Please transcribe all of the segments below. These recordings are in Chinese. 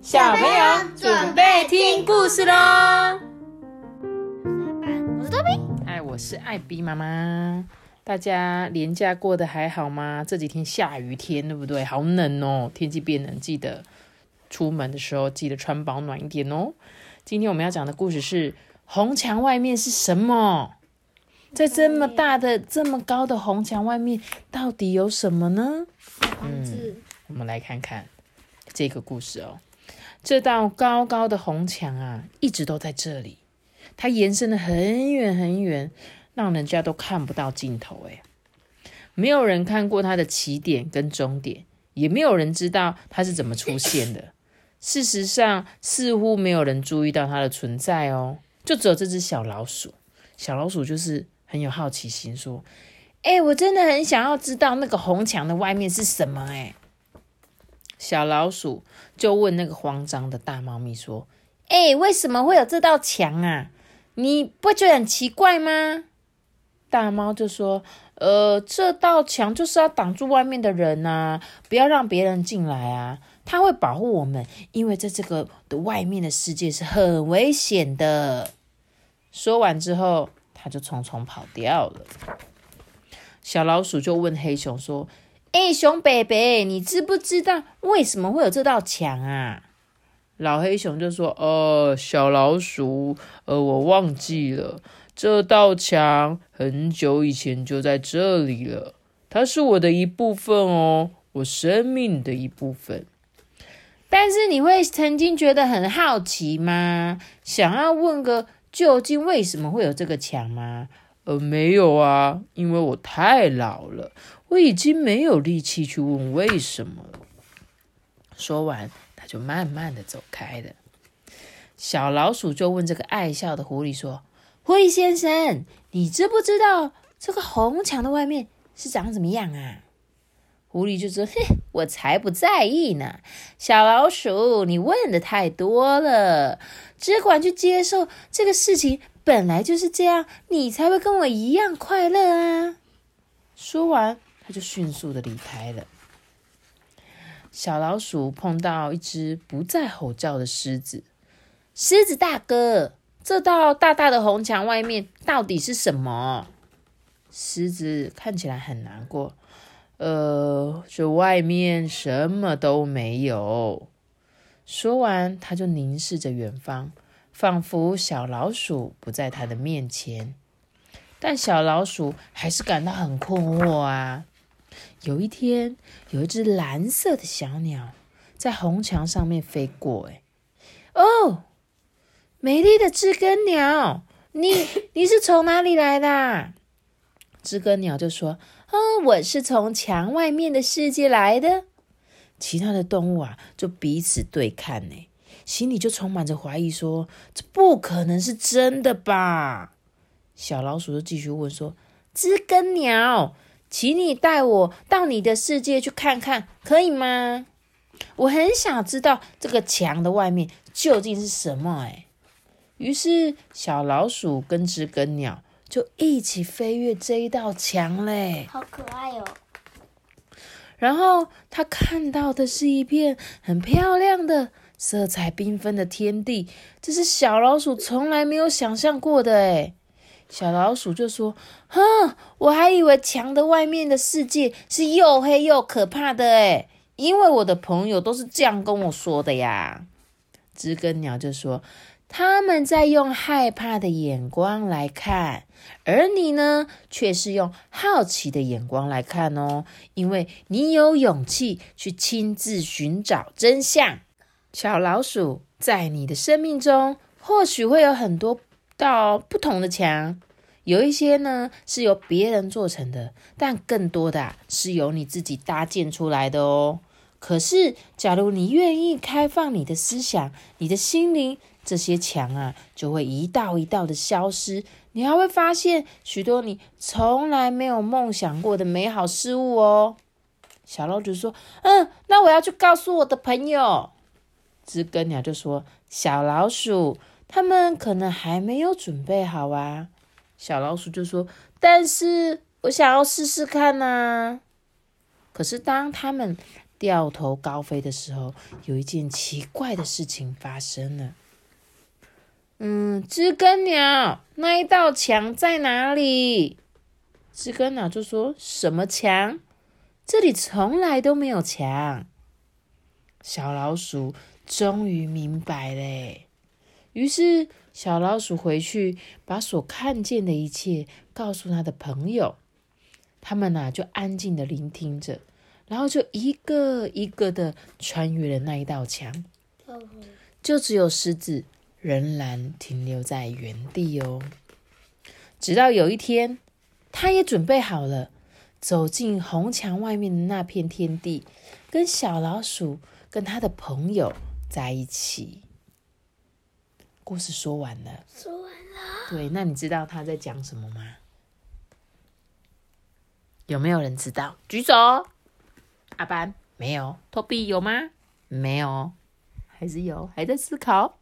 小朋友准备听故事咯。 我是多比， 我是艾比妈妈。大家连假过得还好吗？这几天下雨天，对不对？好冷哦，天气变冷，记得出门的时候记得穿保暖一点哦。今天我们要讲的故事是红墙外面是什么？在这么大的、这么高的红墙外面，到底有什么呢？我们来看看这个故事哦。这道高高的红墙啊，一直都在这里，它延伸得很远很远，让人家都看不到尽头。没有人看过它的起点跟终点，也没有人知道它是怎么出现的。事实上，似乎没有人注意到它的存在哦。就只有这只小老鼠，小老鼠就是很有好奇心，说：“我真的很想要知道那个红墙的外面是什么。”小老鼠就问那个慌张的大猫咪说：“为什么会有这道墙啊？你不觉得很奇怪吗？”大猫就说：“这道墙就是要挡住外面的人啊，不要让别人进来啊。它会保护我们，因为在这个的外面的世界是很危险的。”说完之后，它就匆匆跑掉了。小老鼠就问黑熊说：“熊伯伯，你知不知道为什么会有这道墙啊？”老黑熊就说：“小老鼠，我忘记了，这道墙很久以前就在这里了，它是我的一部分哦，我生命的一部分。但是你会曾经觉得很好奇吗？想要问个究竟为什么会有这个墙吗？”没有啊，因为我太老了，我已经没有力气去问为什么了。说完，他就慢慢的走开了。小老鼠就问这个爱笑的狐狸说：“狐狸先生，你知不知道这个红墙的外面是长怎么样啊？”狐狸就说：“我才不在意呢。小老鼠，你问的太多了，只管去接受这个事情本来就是这样，你才会跟我一样快乐啊。”说完，他就迅速的离开了。小老鼠碰到一只不再吼叫的狮子。“狮子大哥，这道大大的红墙外面到底是什么？”狮子看起来很难过。这外面什么都没有。说完，他就凝视着远方，仿佛小老鼠不在他的面前。但小老鼠还是感到很困惑啊。有一天，有一只蓝色的小鸟在红墙上面飞过。美丽的知更鸟，你是从哪里来的？知更鸟就说：“我是从墙外面的世界来的。”其他的动物啊，就彼此对看呢，心里就充满着怀疑，说：“这不可能是真的吧？”小老鼠就继续问说：“知更鸟，请你带我到你的世界去看看，可以吗？我很想知道这个墙的外面究竟是什么。”于是小老鼠跟知更鸟就一起飞越这一道墙嘞， 好可爱哦。 然后他看到的是一片很漂亮的、色彩缤纷的天地，这是小老鼠从来没有想象过的。小老鼠就说：“我还以为墙的外面的世界是又黑又可怕的，因为我的朋友都是这样跟我说的呀。”知更鸟就说：“他们在用害怕的眼光来看，而你呢，却是用好奇的眼光来看哦，因为你有勇气去亲自寻找真相。”小老鼠，在你的生命中，或许会有很多道不同的墙，有一些呢是由别人做成的，但更多的是由你自己搭建出来的哦。可是，假如你愿意开放你的思想、你的心灵，这些墙啊，就会一道一道的消失。你还会发现许多你从来没有梦想过的美好事物哦。小老鼠说：“那我要去告诉我的朋友。”知更鸟就说：“小老鼠，他们可能还没有准备好啊。”小老鼠就说：“但是我想要试试看啊。”可是当他们掉头高飞的时候，有一件奇怪的事情发生了。知更鸟，那一道墙在哪里？知更鸟就说：什么墙？这里从来都没有墙。小老鼠终于明白了，于是小老鼠回去把所看见的一切告诉他的朋友，他们就安静的聆听着，然后就一个一个的穿越了那一道墙，就只有狮子仍然停留在原地哦。直到有一天，他也准备好了，走进红墙外面的那片天地，跟小老鼠跟他的朋友在一起。故事说完了。对，那你知道他在讲什么吗？有没有人知道？举手。阿班没有。托比有吗？没有。还是有，还在思考。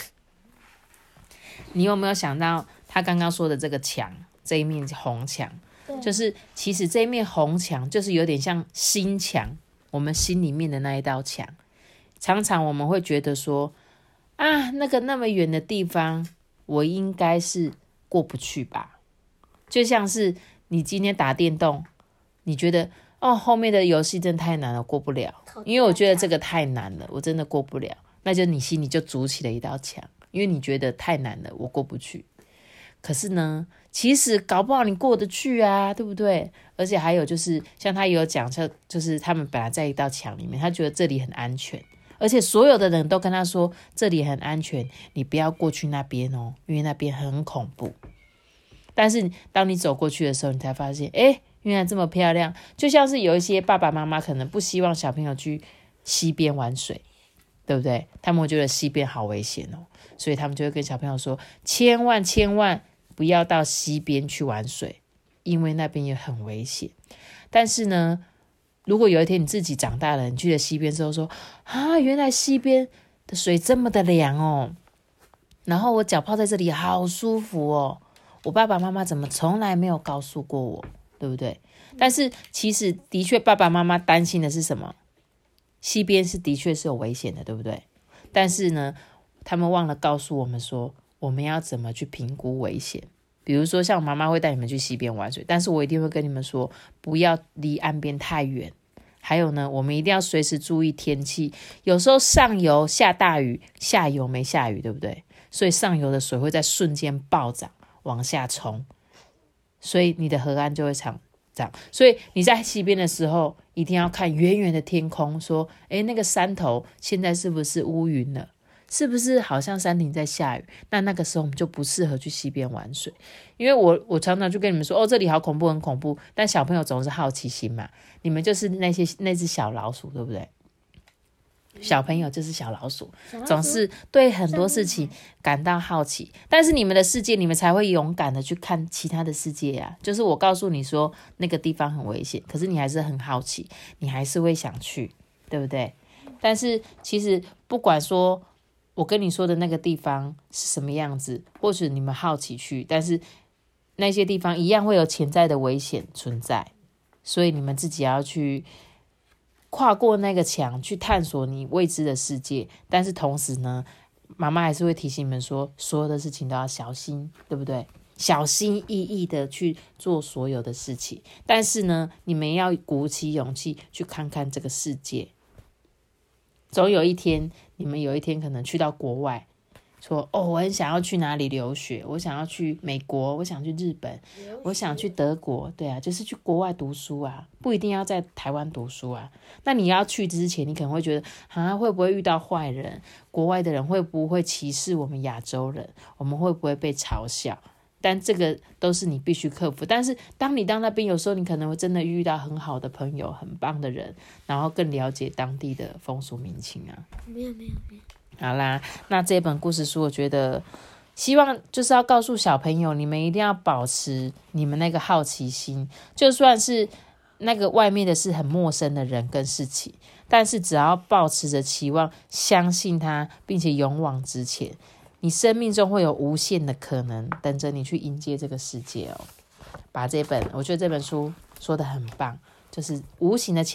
你有没有想到他刚刚说的这个墙，这一面红墙，就是其实这一面红墙就是有点像心墙，我们心里面的那一道墙。常常我们会觉得说那个那么远的地方，我应该是过不去吧。就像是你今天打电动，你觉得后面的游戏真的太难了，过不了，因为我觉得这个太难了，我真的过不了。那就你心里就筑起了一道墙，因为你觉得太难了，我过不去。可是呢，其实搞不好你过得去啊，对不对？而且还有就是像他有讲，就是他们本来在一道墙里面，他觉得这里很安全，而且所有的人都跟他说这里很安全，你不要过去那边哦，因为那边很恐怖。但是当你走过去的时候，你才发现原来这么漂亮。就像是有一些爸爸妈妈可能不希望小朋友去溪边玩水，对不对？他们会觉得溪边好危险哦，所以他们就会跟小朋友说，千万不要到溪边去玩水，因为那边也很危险。但是呢，如果有一天你自己长大了，你去了溪边之后说原来溪边的水这么的凉哦，然后我脚泡在这里好舒服哦，我爸爸妈妈怎么从来没有告诉过我，对不对？但是其实的确爸爸妈妈担心的是什么？溪边的确是有危险的，对不对？但是呢，他们忘了告诉我们说，我们要怎么去评估危险。比如说像我妈妈会带你们去溪边玩水，但是我一定会跟你们说，不要离岸边太远。还有呢，我们一定要随时注意天气，有时候上游下大雨，下游没下雨，对不对？所以上游的水会在瞬间暴涨往下冲，所以你的河岸就会涨。所以你在溪边的时候，一定要看远远的天空，说那个山头现在是不是乌云了？是不是好像山顶在下雨？那个时候我们就不适合去溪边玩水。因为我常常就跟你们说，这里好恐怖很恐怖，但小朋友总是好奇心嘛，你们就是那只小老鼠，对不对？小朋友就是小老鼠，总是对很多事情感到好奇，但是你们的世界，你们才会勇敢的去看其他的世界啊。就是我告诉你说那个地方很危险，可是你还是很好奇，你还是会想去，对不对？但是其实不管说我跟你说的那个地方是什么样子，或许你们好奇去，但是那些地方一样会有潜在的危险存在，所以你们自己要去跨过那个墙，去探索你未知的世界。但是同时呢，妈妈还是会提醒你们说，所有的事情都要小心，对不对？小心翼翼的去做所有的事情。但是呢，你们要鼓起勇气去看看这个世界。总有一天，你们有一天可能去到国外，说我很想要去哪里留学，我想要去美国，我想去日本，我想去德国，对啊，就是去国外读书啊，不一定要在台湾读书啊。那你要去之前，你可能会觉得会不会遇到坏人？国外的人会不会歧视我们亚洲人？我们会不会被嘲笑？但这个都是你必须克服。但是当你到那边，有时候你可能会真的遇到很好的朋友，很棒的人，然后更了解当地的风俗民情啊。 没有。 好啦，那这本故事书我觉得希望就是要告诉小朋友，你们一定要保持你们那个好奇心，就算是那个外面的是很陌生的人跟事情，但是只要保持着期望，相信他，并且勇往直前，你生命中会有无限的可能等着你去迎接这个世界哦。我觉得这本书说得很棒，就是无形的墙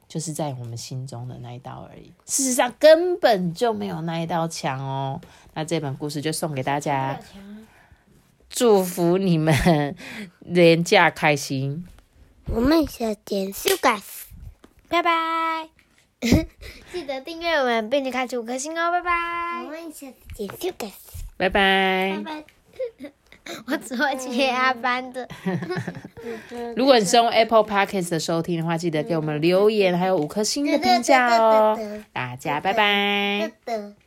就是在我们心中的那一道而已。事实上根本就没有那一道墙哦。那这本故事就送给大家，祝福你们连假开心。 我们下见 ，See you guys， 拜拜。记得订阅我们，并且开启5颗星哦，拜拜。我们下次见 ，See you guys， 拜拜。 拜拜。我只会接阿班的。 如果你是用 Apple Podcast 的收听的话，记得给我们留言，还有5颗星的评价哦。大家拜拜。